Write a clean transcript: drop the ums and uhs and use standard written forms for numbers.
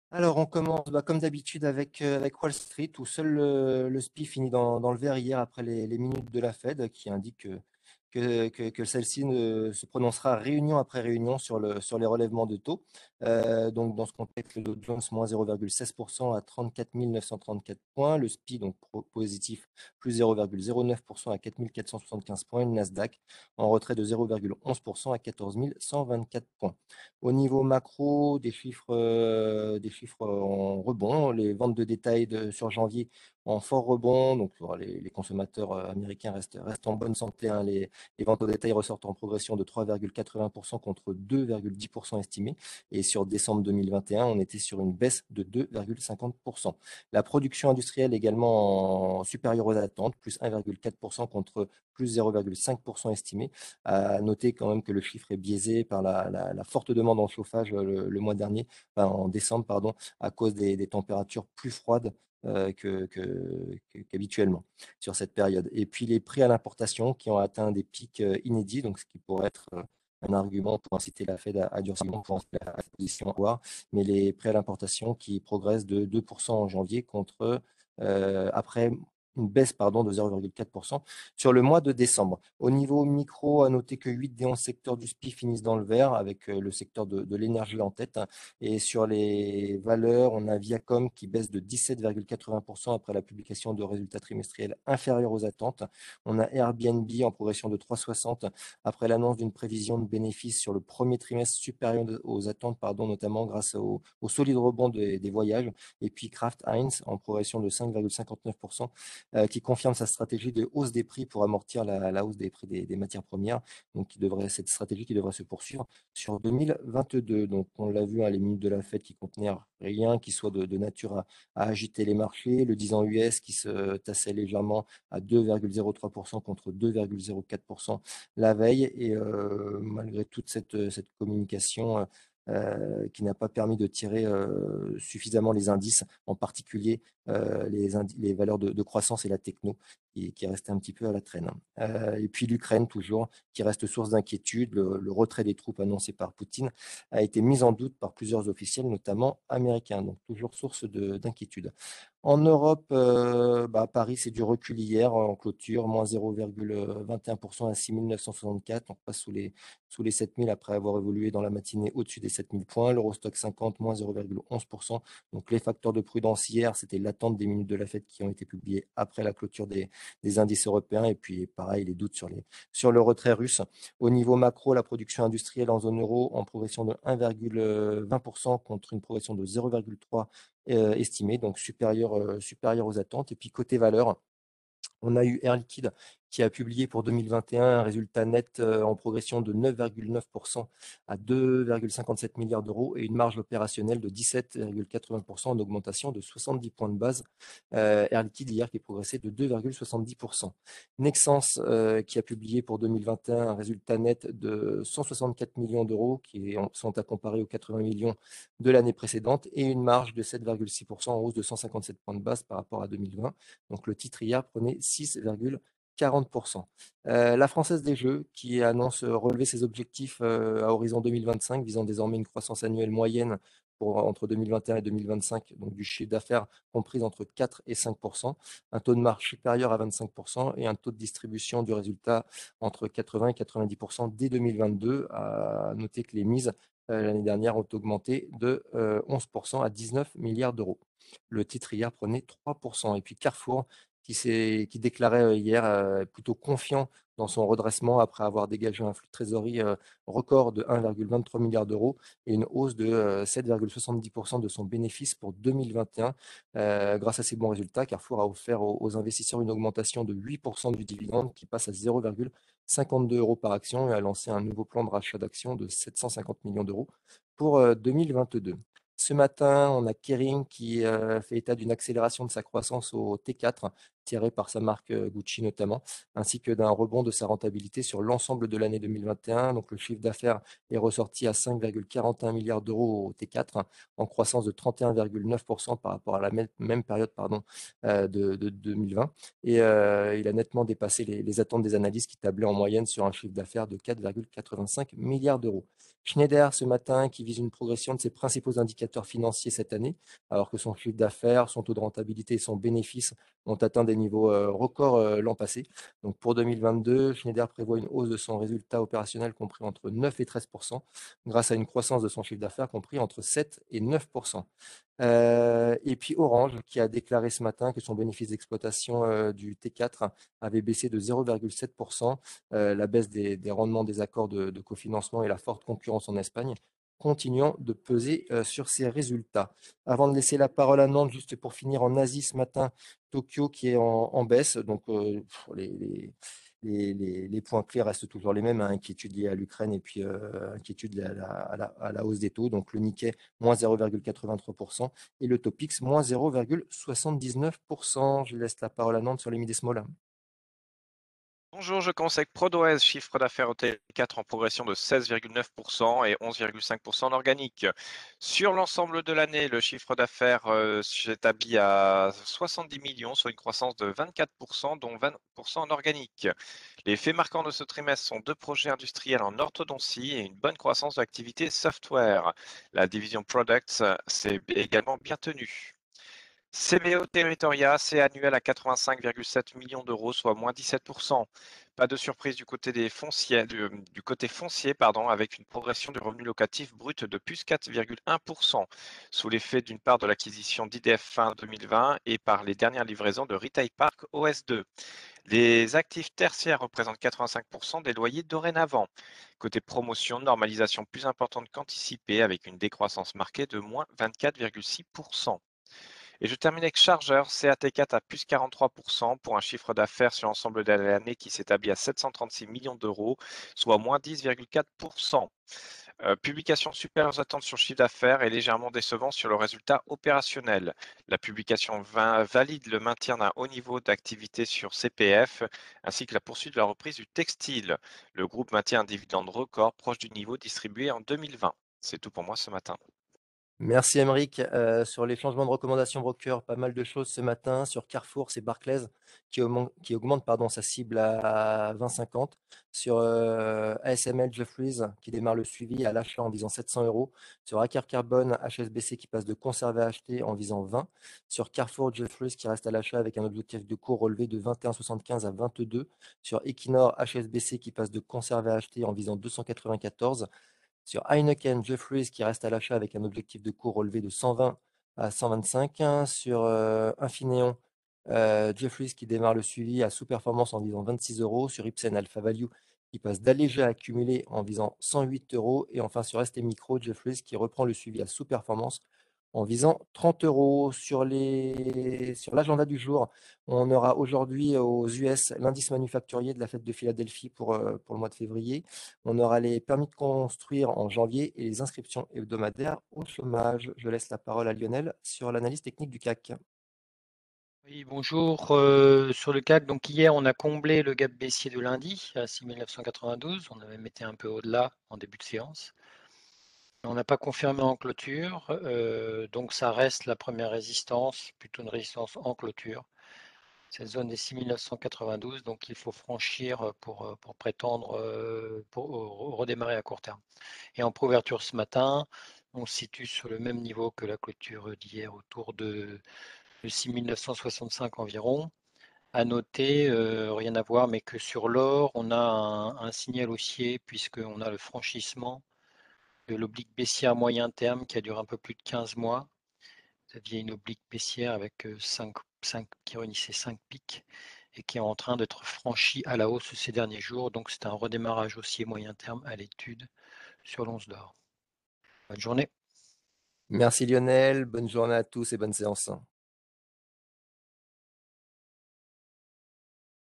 Alors, on commence comme d'habitude avec Wall Street, où seul le SPI finit dans le vert hier après les minutes de la Fed qui indiquent que celle-ci se prononcera réunion après réunion sur les relèvements de taux. Donc, dans ce contexte, le Dow Jones moins 0,16% à 34 934 points, le SPI donc positif plus 0,09% à 4 475 points, et le Nasdaq en retrait de 0,11% à 14 124 points. Au niveau macro, des chiffres en rebond. Les ventes de détail sur janvier en fort rebond. Donc, les consommateurs américains restent en bonne santé, hein. Les ventes au détail ressortent en progression de 3,80% contre 2,10% estimés. Et sur décembre 2021, on était sur une baisse de 2,50%. La production industrielle également supérieure aux attentes, plus 1,4% contre plus 0,5% estimé. À noter quand même que le chiffre est biaisé par la forte demande en chauffage le mois dernier, enfin, en décembre, pardon, à cause des températures plus froides qu'habituellement sur cette période. Et puis les prix à l'importation qui ont atteint des pics inédits, donc ce qui pourrait être un argument pour inciter la Fed à durcir la position à voir, mais les prix à l'importation qui progressent de 2% en janvier contre après une baisse pardon, de 0,4% sur le mois de décembre. Au niveau micro, à noter que 8 des 11 secteurs du SPI finissent dans le vert, avec le secteur de l'énergie en tête. Et sur les valeurs, on a Viacom qui baisse de 17,80% après la publication de résultats trimestriels inférieurs aux attentes. On a Airbnb en progression de 3,60 après l'annonce d'une prévision de bénéfices sur le premier trimestre supérieur aux attentes, pardon, notamment grâce au solide rebond des voyages. Et puis Kraft Heinz en progression de 5,59%, qui confirme sa stratégie de hausse des prix pour amortir la hausse des prix des matières premières. Donc, cette stratégie qui devrait se poursuivre sur 2022. Donc, on l'a vu, hein, les minutes de la Fed qui contenaient rien qui soit de nature à agiter les marchés. Le 10 ans US qui se tassait légèrement à 2,03% contre 2,04% la veille. Et malgré toute cette communication, qui n'a pas permis de tirer suffisamment les indices, en particulier les valeurs de croissance et la techno, qui est resté un petit peu à la traîne. Et puis l'Ukraine, toujours, qui reste source d'inquiétude. Le retrait des troupes annoncé par Poutine a été mis en doute par plusieurs officiels, notamment américains, donc toujours source d'inquiétude. En Europe, Paris, c'est du recul hier en clôture, moins 0,21% à 6 964. On passe sous les 7 000 après avoir évolué dans la matinée au-dessus des 7 000 points. L'Eurostock 50, moins 0,11%. Donc les facteurs de prudence hier, c'était l'attente des minutes de la Fed qui ont été publiées après la clôture des indices européens. Et puis pareil, les doutes sur le retrait russe. Au niveau macro, la production industrielle en zone euro en progression de 1,20% contre une progression de 0,3% estimée, donc supérieure aux attentes. Et puis côté valeur, on a eu Air Liquide qui a publié pour 2021 un résultat net en progression de 9,9% à 2,57 milliards d'euros et une marge opérationnelle de 17,80% en augmentation de 70 points de base. Air Liquide hier qui est progressé de 2,70%. Nexans qui a publié pour 2021 un résultat net de 164 millions d'euros qui sont à comparer aux 80 millions de l'année précédente et une marge de 7,6% en hausse de 157 points de base par rapport à 2020. Donc le titre hier prenait 6,40%. La Française des Jeux qui annonce relever ses objectifs à horizon 2025, visant désormais une croissance annuelle moyenne entre 2021 et 2025, donc du chiffre d'affaires compris entre 4 et 5%, un taux de marge supérieur à 25% et un taux de distribution du résultat entre 80 et 90% dès 2022. À noter que les mises l'année dernière ont augmenté de 11% à 19 milliards d'euros. Le titre hier prenait 3%. Et puis Carrefour qui déclarait hier plutôt confiant dans son redressement après avoir dégagé un flux de trésorerie record de 1,23 milliard d'euros et une hausse de 7,70% de son bénéfice pour 2021. Grâce à ces bons résultats, Carrefour a offert aux investisseurs une augmentation de 8% du dividende qui passe à 0,52 euros par action et a lancé un nouveau plan de rachat d'actions de 750 millions d'euros pour 2022. Ce matin, on a Kering qui fait état d'une accélération de sa croissance au T4, tiré par sa marque Gucci notamment, ainsi que d'un rebond de sa rentabilité sur l'ensemble de l'année 2021. Donc le chiffre d'affaires est ressorti à 5,41 milliards d'euros au T4, en croissance de 31,9% par rapport à la même période de 2020. Et il a nettement dépassé les attentes des analystes qui tablaient en moyenne sur un chiffre d'affaires de 4,85 milliards d'euros. Schneider, ce matin, qui vise une progression de ses principaux indicateurs financiers cette année, alors que son chiffre d'affaires, son taux de rentabilité et son bénéfice ont atteint des niveaux records l'an passé. Donc pour 2022, Schneider prévoit une hausse de son résultat opérationnel compris entre 9 et 13%, grâce à une croissance de son chiffre d'affaires compris entre 7 et 9%. Et puis Orange, qui a déclaré ce matin que son bénéfice d'exploitation du T4 avait baissé de 0,7%. La baisse des rendements des accords de cofinancement et la forte concurrence en Espagne continuant de peser sur ses résultats. Avant de laisser la parole à Nantes, juste pour finir, en Asie ce matin, Tokyo qui est en baisse. Donc les points clés restent toujours les mêmes, hein, inquiétude liée à l'Ukraine et puis inquiétude liée à la hausse des taux. Donc le Nikkei, moins 0,83% et le Topix, moins 0,79%. Je laisse la parole à Nantes sur les mid small. Bonjour, je conseille Prodways, chiffre d'affaires au T4 en progression de 16,9% et 11,5% en organique. Sur l'ensemble de l'année, le chiffre d'affaires s'établit à 70 millions, soit une croissance de 24%, dont 20% en organique. Les faits marquants de ce trimestre sont deux projets industriels en orthodontie et une bonne croissance de l'activité software. La division Products s'est également bien tenue. CBO Territoria, c'est annuel à 85,7 millions d'euros, soit moins 17%. Pas de surprise du côté du côté foncier, pardon, avec une progression du revenu locatif brut de plus 4,1%, sous l'effet d'une part de l'acquisition d'IDF fin 2020 et par les dernières livraisons de Retail Park OS2. Les actifs tertiaires représentent 85% des loyers dorénavant. Côté promotion, normalisation plus importante qu'anticipée avec une décroissance marquée de moins 24,6%. Et je termine avec Charger, CAT4 à plus 43% pour un chiffre d'affaires sur l'ensemble de l'année qui s'établit à 736 millions d'euros, soit moins 10,4%. Publication supérieure aux attentes sur le chiffre d'affaires et légèrement décevant sur le résultat opérationnel. La publication valide le maintien d'un haut niveau d'activité sur CPF ainsi que la poursuite de la reprise du textile. Le groupe maintient un dividende record proche du niveau distribué en 2020. C'est tout pour moi ce matin. Merci Émeric. Sur les changements de recommandations broker, pas mal de choses ce matin. Sur Carrefour, c'est Barclays qui augmente pardon, sa cible à 20,50. Sur ASML Jefferies qui démarre le suivi à l'achat en visant 700 euros. Sur Aker Carbone, HSBC qui passe de conservé à acheter en visant 20. Sur Carrefour Jefferies qui reste à l'achat avec un objectif de cours relevé de 21,75 à 22. Sur Equinor, HSBC qui passe de conservé à acheter en visant 294. Sur Heineken, Jefferies qui reste à l'achat avec un objectif de cours relevé de 120 à 125. Sur Infineon, Jefferies qui démarre le suivi à sous-performance en visant 26 euros. Sur Ipsen Alpha Value qui passe d'allégé à accumulé en visant 108 euros. Et enfin sur ST Micro, Jefferies qui reprend le suivi à sous-performance en visant 30 euros. Sur l'agenda du jour, on aura aujourd'hui aux US l'indice manufacturier de la fête de Philadelphie pour le mois de février. On aura les permis de construire en janvier et les inscriptions hebdomadaires au chômage. Je laisse la parole à Lionel sur l'analyse technique du CAC. Oui, bonjour. Sur le CAC, donc hier, on a comblé le gap baissier de lundi à 6 992. On avait été un peu au-delà en début de séance. On n'a pas confirmé en clôture, donc ça reste la première résistance, plutôt une résistance en clôture. Cette zone des 6 992, donc il faut franchir pour prétendre pour redémarrer à court terme. Et en couverture ce matin, on se situe sur le même niveau que la clôture d'hier, autour de 6 965 environ. À noter, rien à voir, mais que sur l'or, on a un signal haussier puisqu'on a le franchissement de l'oblique baissière à moyen terme qui a duré un peu plus de 15 mois. Vous aviez une oblique baissière avec 5 qui réunissait 5 pics et qui est en train d'être franchi à la hausse ces derniers jours. Donc c'est un redémarrage haussier moyen terme à l'étude sur l'once d'or. Bonne journée. Merci Lionel, bonne journée à tous et bonne séance.